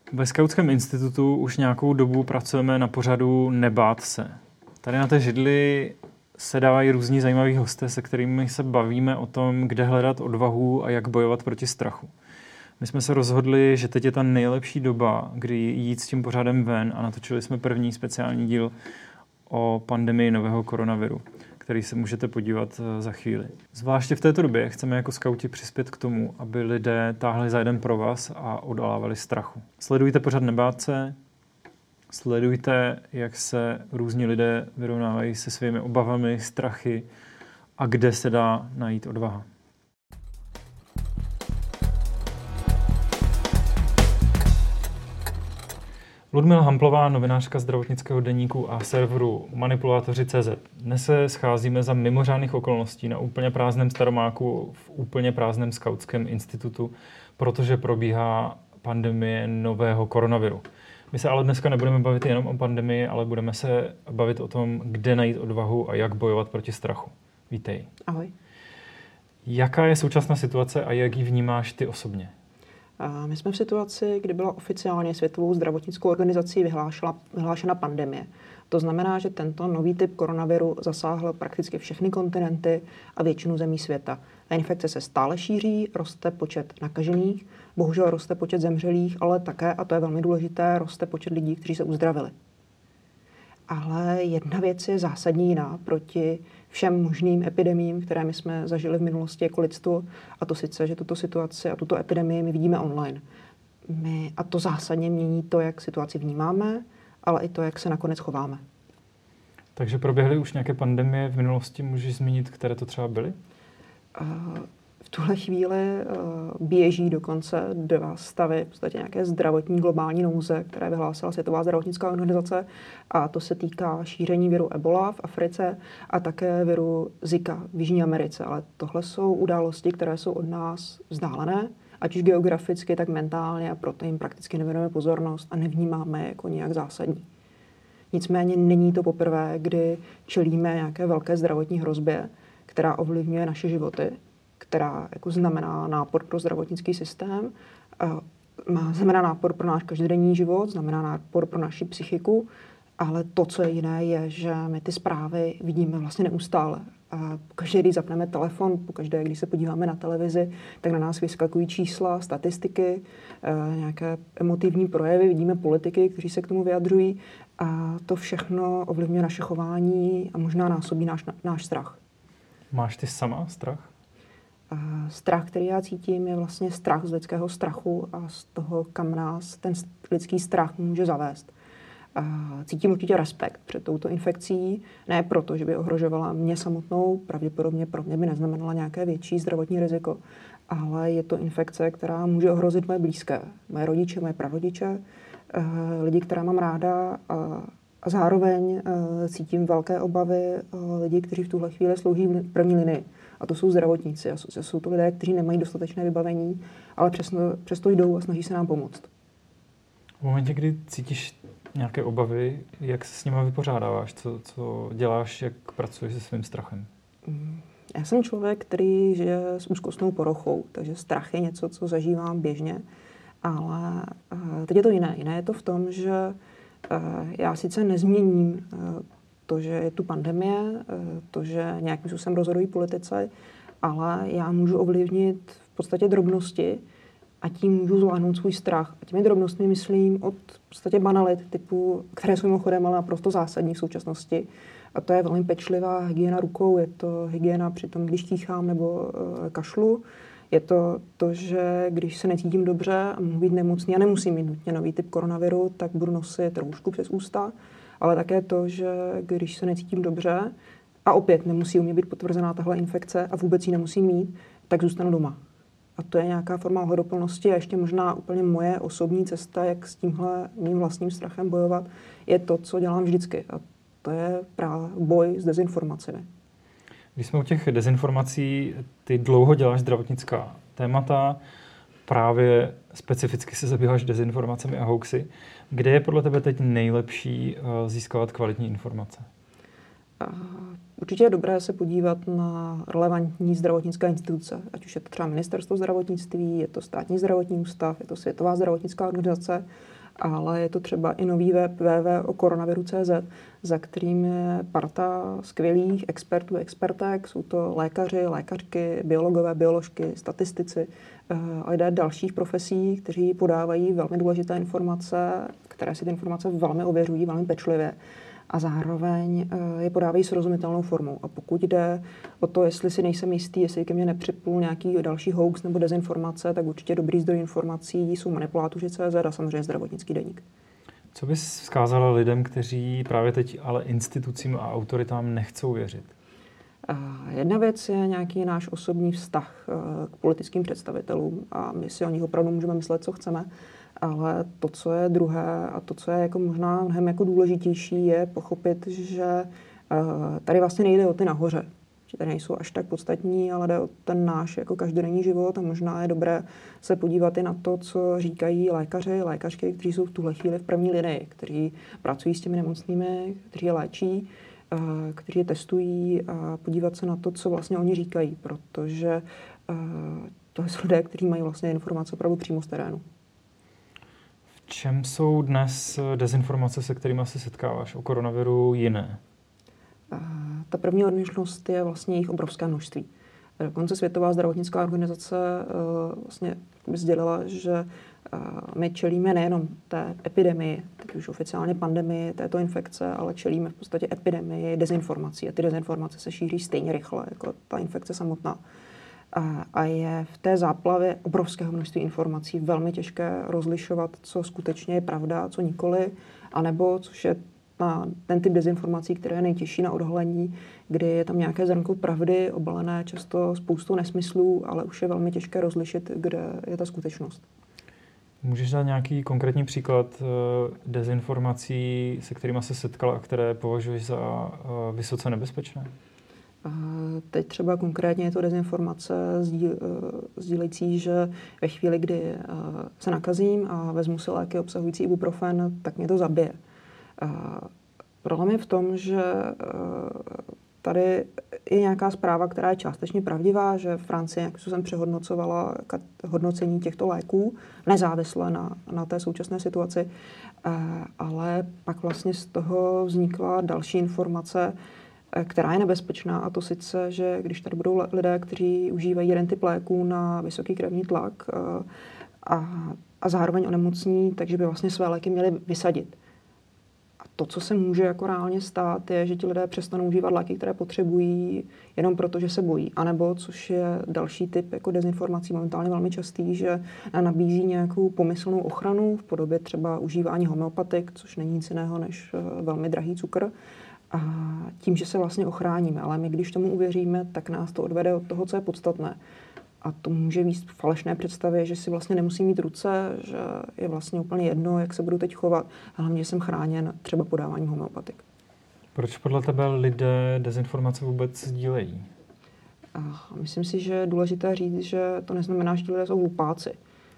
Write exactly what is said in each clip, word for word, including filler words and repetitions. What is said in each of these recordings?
Ve Skautském institutu už nějakou dobu pracujeme na pořadu Nebát se. Tady na té židli se dávají různí zajímaví hosté, se kterými se bavíme o tom, kde hledat odvahu a jak bojovat proti strachu. My jsme se rozhodli, že teď je ta nejlepší doba, kdy jít s tím pořadem ven a natočili jsme první speciální díl o pandemii nového koronaviru, který se můžete podívat za chvíli. Zvláště v této době chceme jako skauti přispět k tomu, aby lidé táhli za jeden provaz a odolávali strachu. Sledujte pořad Nebát se, sledujte, jak se různí lidé vyrovnávají se svými obavami, strachy a kde se dá najít odvaha. Ludmila Hamplová, novinářka zdravotnického deníku a serveru Manipulátoři tečka cé zet. Dnes se scházíme za mimořádných okolností na úplně prázdném Staromáku v úplně prázdném Skautském institutu, protože probíhá pandemie nového koronaviru. My se ale dneska nebudeme bavit jenom o pandemii, ale budeme se bavit o tom, kde najít odvahu a jak bojovat proti strachu. Vítej. Ahoj. Jaká je současná situace a jak ji vnímáš ty osobně? My jsme v situaci, kdy byla oficiálně Světovou zdravotnickou organizací vyhlášena pandemie. To znamená, že tento nový typ koronaviru zasáhl prakticky všechny kontinenty a většinu zemí světa. A infekce se stále šíří, roste počet nakažených, bohužel roste počet zemřelých, ale také, a to je velmi důležité, roste počet lidí, kteří se uzdravili. Ale jedna věc je zásadní jiná proti všem možným epidemiím, které my jsme zažili v minulosti jako lidstvo, a to sice, že tuto situaci a tuto epidemii my vidíme online. My, a to zásadně mění to, jak situaci vnímáme, ale i to, jak se nakonec chováme. Takže proběhly už nějaké pandemie v minulosti, můžeš zmínit, které to třeba byly? Uh, V tuhle chvíli uh, běží dokonce dva stavy, v podstatě nějaké zdravotní globální nouze, které vyhlásila Světová zdravotnická organizace, a to se týká šíření viru Ebola v Africe a také viru Zika v Jižní Americe. Ale tohle jsou události, které jsou od nás vzdálené, ať už geograficky, tak mentálně, a proto jim prakticky nevěnujeme pozornost a nevnímáme jako nějak zásadní. Nicméně není to poprvé, kdy čelíme nějaké velké zdravotní hrozbě, která ovlivňuje naše životy, která jako znamená nápor pro zdravotnický systém, má, znamená nápor pro náš každodenní život, znamená nápor pro naši psychiku, ale to, co je jiné, je, že my ty zprávy vidíme vlastně neustále. A pokaždé, když zapneme telefon, pokaždé, když se podíváme na televizi, tak na nás vyskakují čísla, statistiky, nějaké emotivní projevy, vidíme politiky, kteří se k tomu vyjadřují, a to všechno ovlivňuje naše chování a možná násobí náš, náš strach. Máš ty sama strach? Strach, který já cítím, je vlastně strach z lidského strachu a z toho, kam nás ten lidský strach může zavést. Cítím určitě respekt před touto infekcí, ne proto, že by ohrožovala mě samotnou, pravděpodobně pro mě by neznamenala nějaké větší zdravotní riziko, ale je to infekce, která může ohrozit moje blízké, moje rodiče, moje prarodiče, lidi, které mám ráda, a zároveň cítím velké obavy lidí, kteří v tuhle chvíli slouží v první linii. A to jsou zdravotníci. A jsou to lidé, kteří nemají dostatečné vybavení, ale přesto, přesto jdou a snaží se nám pomoct. V momentě, kdy cítíš nějaké obavy, jak se s nimi vypořádáváš? Co, co děláš, jak pracuješ se svým strachem? Já jsem člověk, který žije s úzkostnou poruchou, takže strach je něco, co zažívám běžně. Ale teď je to jiné. Jiné je to v tom, že já sice nezměním to, že je tu pandemie, to, že nějakým způsobem rozhodují politice, ale já můžu ovlivnit v podstatě drobnosti a tím můžu zvládnout svůj strach. A těmi drobnostmi myslím od v podstatě banalit typu, které jsou mimochodem ale naprosto zásadní v současnosti. A to je velmi pečlivá hygiena rukou, je to hygiena při tom, když kýchám nebo uh, kašlu. Je to to, že když se necítím dobře a mohu být nemocný a nemusím mít nutně nový typ koronaviru, tak budu nosit roušku přes ústa. Ale také to, že když se necítím dobře a opět nemusí u mě být potvrzená tahle infekce a vůbec ji nemusím mít, tak zůstanu doma. A to je nějaká forma ohleduplnosti a ještě možná úplně moje osobní cesta, jak s tímhle mým vlastním strachem bojovat, je to, co dělám vždycky. A to je právě boj s dezinformacemi. Když jsme u těch dezinformací, ty dlouho děláš zdravotnická témata, právě specificky se zabýváš dezinformacemi a hoaxy. Kde je podle tebe teď nejlepší získávat kvalitní informace? Určitě je dobré se podívat na relevantní zdravotnické instituce, ať už je to třeba Ministerstvo zdravotnictví, je to Státní zdravotní ústav, je to Světová zdravotnická organizace, ale je to třeba i nový web w w w tečka o koronaviru tečka c z, za kterým je parta skvělých expertů, expertek. Jsou to lékaři, lékařky, biologové, bioložky, statistici a lidé dalších profesí, kteří podávají velmi důležité informace, které si ty informace velmi ověřují, velmi pečlivě a zároveň je podávají srozumitelnou formou. A pokud jde o to, jestli si nejsem jistý, jestli ke mně nepřiplul nějaký další hoax nebo dezinformace, tak určitě dobrý zdroj informací jsou manipulátoři tečka c z a samozřejmě zdravotnický deník. Co bys vzkázala lidem, kteří právě teď ale institucím a autoritám nechcou věřit? Jedna věc je nějaký náš osobní vztah k politickým představitelům a my si o nich opravdu můžeme myslet, co chceme, ale to, co je druhé a to, co je jako možná mnohem jako důležitější, je pochopit, že tady vlastně nejde o ty nahoře, že tady nejsou až tak podstatní, ale jde o ten náš jako každodenní život a možná je dobré se podívat i na to, co říkají lékaři, lékařky, kteří jsou v tuhle chvíli v první linii, kteří pracují s těmi nemocnými, kteří je léčí, kteří je testují a podívat se na to, co vlastně oni říkají, protože to jsou lidé, kteří mají vlastně informace opravdu přímo z terénu. V čem jsou dnes dezinformace, se kterými se setkáváš o koronaviru, jiné? Ta první odlišnost je vlastně jejich obrovské množství. Dokonce Světová zdravotnická organizace vlastně sdělila, že my čelíme nejenom té epidemii, teď už oficiálně pandemii této infekce, ale čelíme v podstatě epidemii dezinformací. A ty dezinformace se šíří stejně rychle jako ta infekce samotná. A je v té záplavě obrovského množství informací velmi těžké rozlišovat, co skutečně je pravda, co nikoli, anebo což je na ten typ dezinformací, které je nejtěžší na odhalení, kdy je tam nějaké zrnko pravdy, obalené často spoustou nesmyslů, ale už je velmi těžké rozlišit, kde je ta skutečnost. Můžeš dát nějaký konkrétní příklad dezinformací, se kterými se setkala a které považuješ za vysoce nebezpečné? Teď třeba konkrétně je to dezinformace sdílející, že ve chvíli, kdy se nakazím a vezmu si léky obsahující ibuprofen, tak mě to zabije. Problém je v tom, že tady je nějaká zpráva, která je částečně pravdivá, že Francie nějakým způsobem přehodnocovala hodnocení těchto léků nezávisle na, na té současné situaci, ale pak vlastně z toho vznikla další informace, která je nebezpečná, a to sice, že když tady budou lidé, kteří užívají jeden typ léků na vysoký krevní tlak a, a zároveň onemocní, takže by vlastně své léky měli vysadit. A to, co se může jako reálně stát, je, že ti lidé přestanou užívat léky, které potřebují, jenom proto, že se bojí. A nebo, což je další typ jako dezinformací, momentálně velmi častý, že nabízí nějakou pomyslnou ochranu v podobě třeba užívání homeopatik, což není nic jiného než velmi drahý cukr. A tím, že se vlastně ochráníme. Ale my, když tomu uvěříme, tak nás to odvede od toho, co je podstatné. A to může výst falešné představě, že si vlastně nemusím mít ruce, že je vlastně úplně jedno, jak se budu teď chovat. Hlavně, že jsem chráněn třeba podáváním homeopatik. Proč podle tebe lidé dezinformace vůbec sdílejí? A myslím si, že je důležité říct, že to neznamená, že ti lidé jsou hlupáci.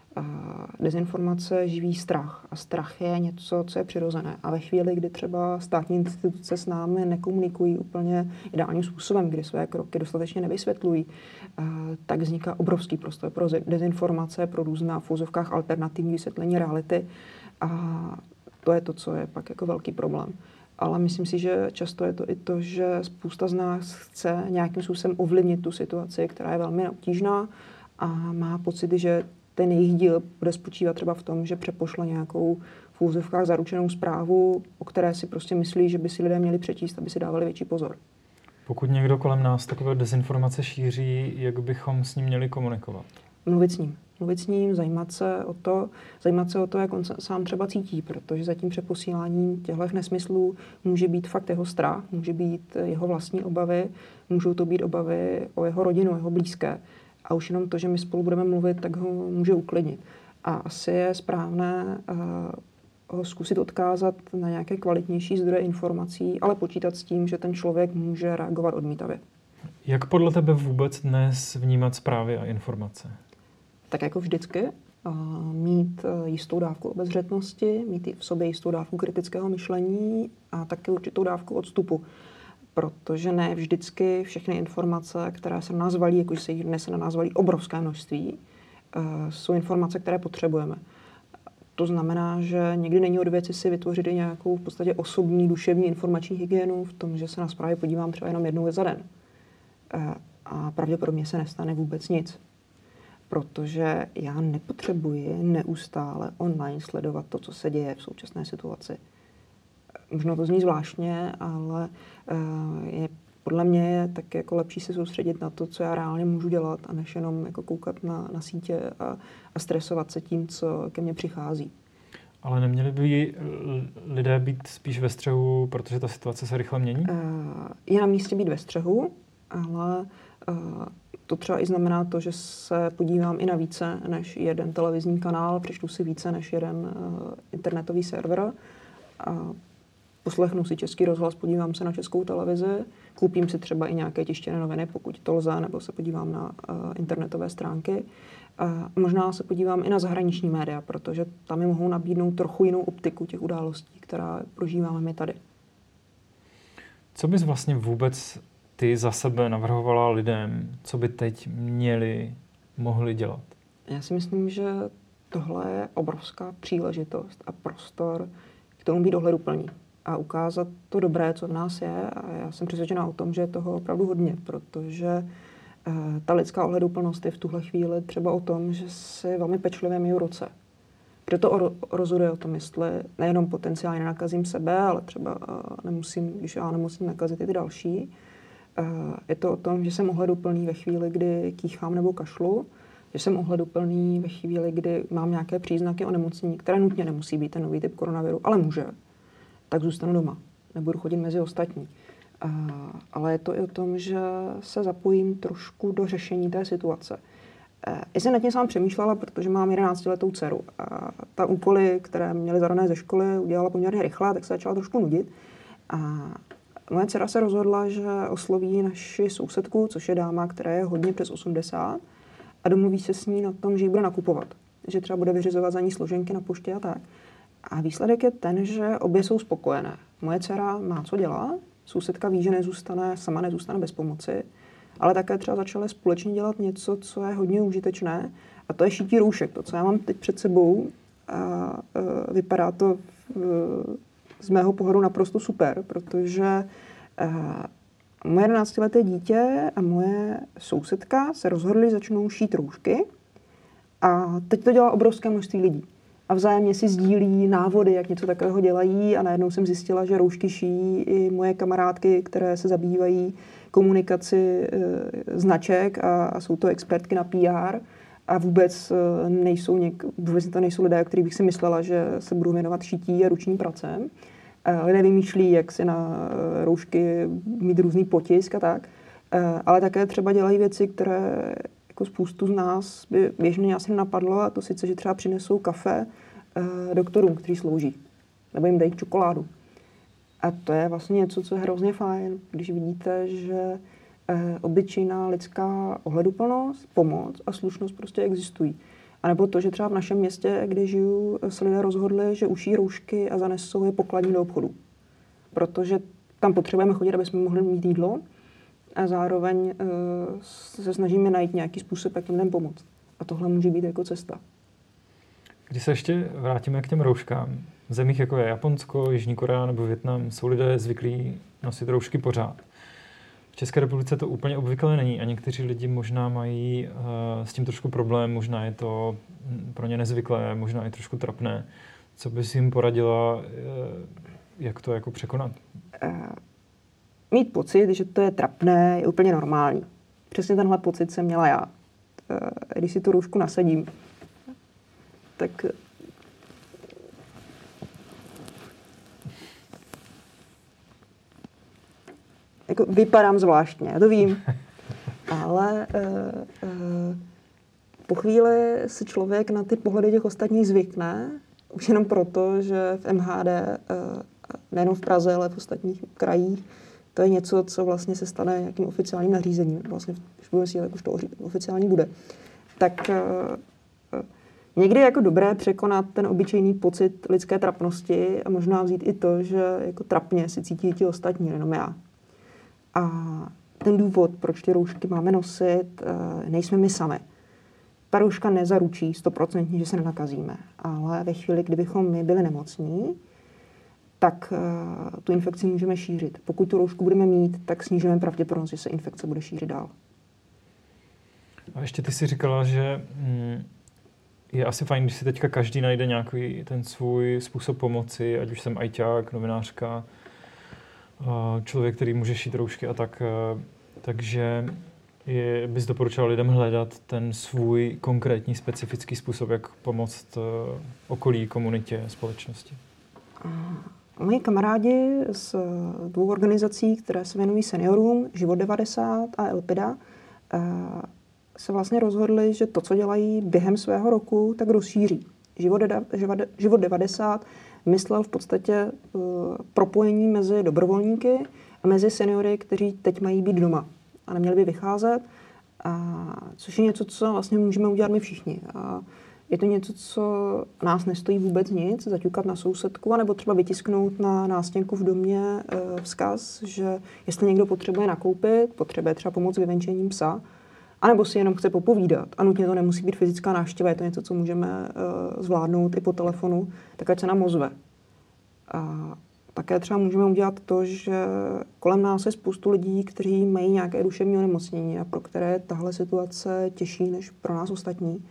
Dezinformace živí strach a strach je něco, co je přirozené. A ve chvíli, kdy třeba státní instituce s námi nekomunikují úplně ideálním způsobem, kdy své kroky dostatečně nevysvětlují, tak vzniká obrovský prostor pro dezinformace, pro různá v úzovkách alternativní vysvětlení reality. A to je to, co je pak jako velký problém. Ale myslím si, že často je to i to, že spousta z nás chce nějakým způsobem ovlivnit tu situaci, která je velmi obtížná a má pocit, že ten jejich díl bude spočívat třeba v tom, že přepošle nějakou v úzovkách zaručenou zprávu, o které si prostě myslí, že by si lidé měli přečíst, aby si dávali větší pozor. Pokud někdo kolem nás takové dezinformace šíří, jak bychom s ním měli komunikovat? Mluvit s ním. Mluvit s ním, zajímat se o to, zajímat se o to, jak on sám třeba cítí, protože za tím přeposíláním těchto nesmyslů může být fakt jeho strach, může být jeho vlastní obavy, můžou to být obavy o jeho rodinu, jeho blízké. A už jenom to, že my spolu budeme mluvit, tak ho může uklidnit. A asi je správné uh, ho zkusit odkázat na nějaké kvalitnější zdroje informací, ale počítat s tím, že ten člověk může reagovat odmítavě. Jak podle tebe vůbec dnes vnímat zprávy a informace? Tak jako vždycky uh, mít uh, jistou dávku obezřetnosti, mít v sobě jistou dávku kritického myšlení a také určitou dávku odstupu. Protože ne vždycky všechny informace, které se na nás valí, jakože se jich dnes na nás valí obrovské množství, uh, jsou informace, které potřebujeme. to znamená, že někdy není od věci si vytvořit i nějakou v podstatě osobní, duševní, informační hygienu v tom, že se na zprávy podívám třeba jenom jednou za den. A pravděpodobně se nestane vůbec nic. Protože já nepotřebuji neustále online sledovat to, co se děje v současné situaci. Možná to zní zvláštně, ale je, podle mě je tak jako lepší se soustředit na to, co já reálně můžu dělat, a než jenom jako koukat na, na sítě a, a stresovat se tím, co ke mně přichází. Ale neměli by lidé být spíš ve střehu, protože ta situace se rychle mění? Je na místě být ve střehu, ale to třeba i znamená to, že se podívám i na více než jeden televizní kanál, přečtu si více než jeden internetový server, a poslechnu si Český rozhlas, podívám se na Českou televizi, koupím si třeba i nějaké tištěné noviny, pokud to lze, nebo se podívám na internetové stránky. A možná se podívám i na zahraniční média, protože tam mi mohou nabídnout trochu jinou optiku těch událostí, která prožíváme my tady. Co bys vlastně vůbec ty za sebe navrhovala lidem, co by teď měli, mohli dělat? Já si myslím, že tohle je obrovská příležitost a prostor k tomu být ohleduplný a ukázat to dobré, co v nás je. A já jsem přesvědčená o tom, že je toho opravdu hodně, protože uh, ta lidská ohleduplnost je v tuhle chvíli třeba o tom, že si velmi pečlivě myju ruce. Proto o, rozhoduje o tom, jestli nejenom potenciálně nakazím sebe, ale třeba uh, nemusím, když já nemusím nakazit i ty další. Je to o tom, že jsem ohleduplný ve chvíli, kdy kýchám nebo kašlu, že jsem ohleduplný ve chvíli, kdy mám nějaké příznaky onemocnění, které nutně nemusí být ten nový typ koronaviru, ale může, tak zůstanu doma. Nebudu chodit mezi ostatní. Ale je to i o tom, že se zapojím trošku do řešení té situace. Já jsem nad tím sám přemýšlela, protože mám jedenáctiletou dceru. A ta úkoly, které měly zadané ze školy, udělala poměrně rychle, tak se začala trošku nudit. A moje dcera se rozhodla, že osloví naši sousedku, což je dáma, která je hodně přes osmdesát, a domluví se s ní na tom, že ji bude nakupovat. Že třeba bude vyřizovat za ní složenky na poště a tak. A výsledek je ten, že obě jsou spokojené. Moje dcera má co dělat, sousedka ví, že nezůstane, sama nezůstane bez pomoci, ale také třeba začaly společně dělat něco, co je hodně užitečné, a to je šití roušek. To, co já mám teď před sebou, a, a vypadá to v, z mého pohledu naprosto super, protože uh, moje jedenáctileté dítě a moje sousedka se rozhodly, začnou šít roušky, a teď to dělá obrovské množství lidí. A vzájemně si sdílí návody, jak něco takového dělají, a najednou jsem zjistila, že roušky šijí i moje kamarádky, které se zabývají komunikaci uh, značek a, a jsou to expertky na P R. A vůbec nejsou, něk, vůbec to nejsou lidé, o kterých bych si myslela, že se budou věnovat šití a ručním pracem. Lidé vymýšlí, jak si na roušky mít různý potisk a tak. Ale také třeba dělají věci, které jako spoustu z nás by běžně asi napadlo, a to sice, že třeba přinesou kafe doktorům, kteří slouží. Nebo jim dají čokoládu. A to je vlastně něco, co je hrozně fajn, když vidíte, že obyčejná lidská ohleduplnost, pomoc a slušnost prostě existují. A nebo to, že třeba v našem městě, kde žiju, se lidé rozhodli, že uší roušky a zanesou je pokladní do obchodu. Protože tam potřebujeme chodit, aby jsme mohli mít jídlo, a zároveň uh, se snažíme najít nějaký způsob, jak lidem pomoct. A tohle může být jako cesta. Když se ještě vrátíme k těm rouškám, v zemích jako je Japonsko, Jižní Korea nebo Vietnam jsou lidé zvyklí nosit roušky pořád. V České republice to úplně obvyklé není a někteří lidi možná mají uh, s tím trošku problém, možná je to pro ně nezvyklé, možná je trošku trapné. Co bys jim poradila, uh, jak to jako překonat? Uh, mít pocit, že to je trapné, je úplně normální. Přesně tenhle pocit jsem měla já. Uh, když si tu roušku nasadím, tak jako vypadám zvláštně, já to vím, ale uh, uh, po chvíli si člověk na ty pohledy těch ostatních zvykne, už jenom proto, že v M H D, uh, nejenom v Praze, ale v ostatních krajích, to je něco, co vlastně se stane nějakým oficiálním nařízením. Vlastně, když budeme si jak už to oficiální bude. Tak uh, uh, někdy je jako dobré překonat ten obyčejný pocit lidské trapnosti a možná vzít i to, že jako trapně si cítí ti ostatní, jenom já. A ten důvod, proč ty roušky máme nosit, nejsme my sami. ta rouška nezaručí stoprocentně, že se nenakazíme. Ale ve chvíli, kdybychom my byli nemocní, tak uh, tu infekci můžeme šířit. Pokud tu roušku budeme mít, tak snížíme pravděpodobnost, že se infekce bude šířit dál. A ještě ty jsi říkala, že hm, je asi fajn, když si teďka každý najde nějaký ten svůj způsob pomoci, ať už jsem ajťák, novinářka, člověk, který může šít roušky a tak. Takže je, bys doporučoval lidem hledat ten svůj konkrétní specifický způsob, jak pomoct okolí, komunitě, společnosti. Moji kamarádi z dvou organizací, které se věnují seniorům, Život devadesát a Elpida, se vlastně rozhodli, že to, co dělají během svého roku, tak rozšíří. Život, Život devadesát myslel v podstatě uh, propojení mezi dobrovolníky a mezi seniory, kteří teď mají být doma a neměli by vycházet, a, což je něco, co vlastně můžeme udělat my všichni. A je to něco, co nás nestojí vůbec nic, zaťukat na sousedku, anebo třeba vytisknout na nástěnku v domě uh, vzkaz, že jestli někdo potřebuje nakoupit, potřebuje třeba pomoct s vyvenčením psa, anebo si jenom chce popovídat. A nutně to nemusí být fyzická návštěva, je to něco, co můžeme uh, zvládnout i po telefonu, tak ať se nám ozve. A také třeba můžeme udělat to, že kolem nás je spoustu lidí, kteří mají nějaké duševní onemocnění a pro které je tahle situace těžší než pro nás ostatní.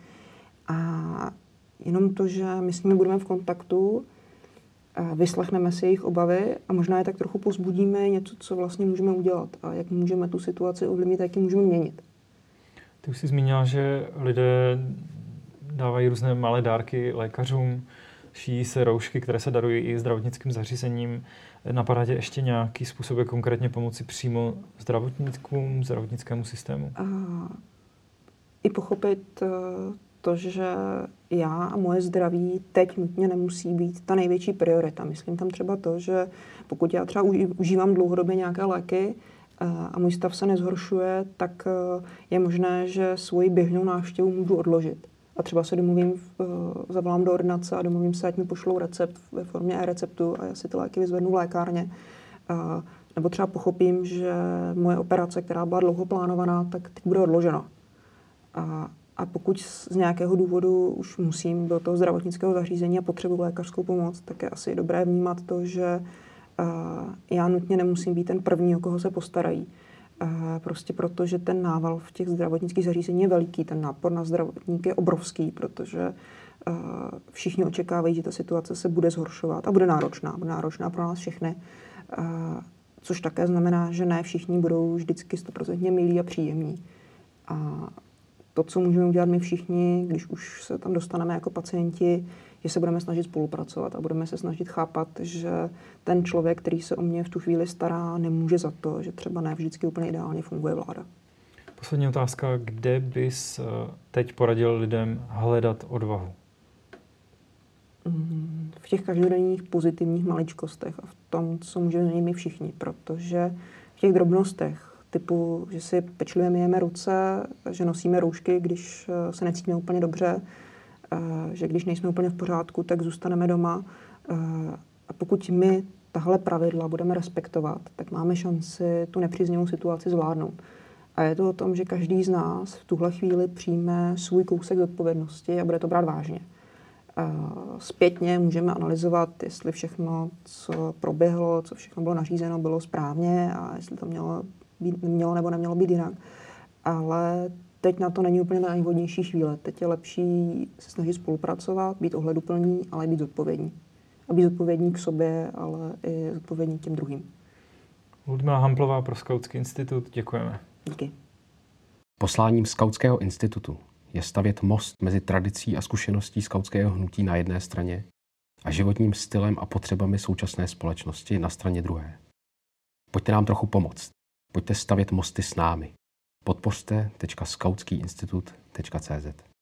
A jenom to, že my s nimi budeme v kontaktu, vyslechneme si jejich obavy a možná je tak trochu povzbudíme něco, co vlastně můžeme udělat a jak můžeme tu situaci ovlivnit, jak ji můžeme měnit. Ty už jsi zmínila, že lidé dávají různé malé dárky lékařům, šijí se roušky, které se darují i zdravotnickým zařízením. Napadá tě ještě nějaký způsob, jak konkrétně pomoci přímo zdravotníkům, zdravotnickému systému? A I pochopit to, že já a moje zdraví teď nutně nemusí být ta největší priorita. Myslím tam třeba to, že pokud já třeba užívám dlouhodobě nějaké léky, a můj stav se nezhoršuje, tak je možné, že svoji běžnou návštěvu můžu odložit. A třeba se domluvím, zavolám do ordinace a domluvím se, ať mi pošlou recept ve formě e-receptu a já si ty léky vyzvednu v lékárně. Nebo třeba pochopím, že moje operace, která byla dlouho plánovaná, tak teď bude odložena. A, a pokud z nějakého důvodu už musím do toho zdravotnického zařízení a potřebuji lékařskou pomoc, tak je asi dobré vnímat to, že Uh, já nutně nemusím být ten první, o koho se postarají. Uh, prostě proto, že ten nával v těch zdravotnických zařízení je veliký, ten nápor na zdravotníky je obrovský, protože uh, všichni očekávají, že ta situace se bude zhoršovat a bude náročná, bude náročná pro nás všechny. Uh, což také znamená, že ne všichni budou vždycky stoprocentně milí a příjemní. A to, co můžeme udělat my všichni, když už se tam dostaneme jako pacienti, že se budeme snažit spolupracovat a budeme se snažit chápat, že ten člověk, který se o mě v tu chvíli stará, nemůže za to, že třeba ne vždycky úplně ideálně funguje vláda. Poslední otázka. Kde bys teď poradil lidem hledat odvahu? V těch každodenních pozitivních maličkostech a v tom, co můžeme změnit my všichni, protože v těch drobnostech, typu, že si pečlivě myjeme ruce, že nosíme roušky, když se necítíme úplně dobře, že když nejsme úplně v pořádku, tak zůstaneme doma. A pokud my tahle pravidla budeme respektovat, tak máme šanci tu nepříznivou situaci zvládnout. A je to o tom, že každý z nás v tuhle chvíli přijme svůj kousek zodpovědnosti a bude to brát vážně. Zpětně můžeme analyzovat, jestli všechno, co proběhlo, co všechno bylo nařízeno, bylo správně a jestli to mělo, být, mělo nebo nemělo být jinak. Ale teď na to není úplně ta nejvhodnější chvíle. Teď je lepší se snažit spolupracovat, být ohleduplný, ale být zodpovědní. A být zodpovědní k sobě, ale i zodpovědní k těm druhým. Ludmila Hamplová pro Skautský institut. Děkujeme. Díky. Posláním Skautského institutu je stavět most mezi tradicí a zkušeností skautského hnutí na jedné straně a životním stylem a potřebami současné společnosti na straně druhé. Pojďte nám trochu pomoct. Pojďte stavět mosty s námi. podpořte tečka skautský institut tečka cé zet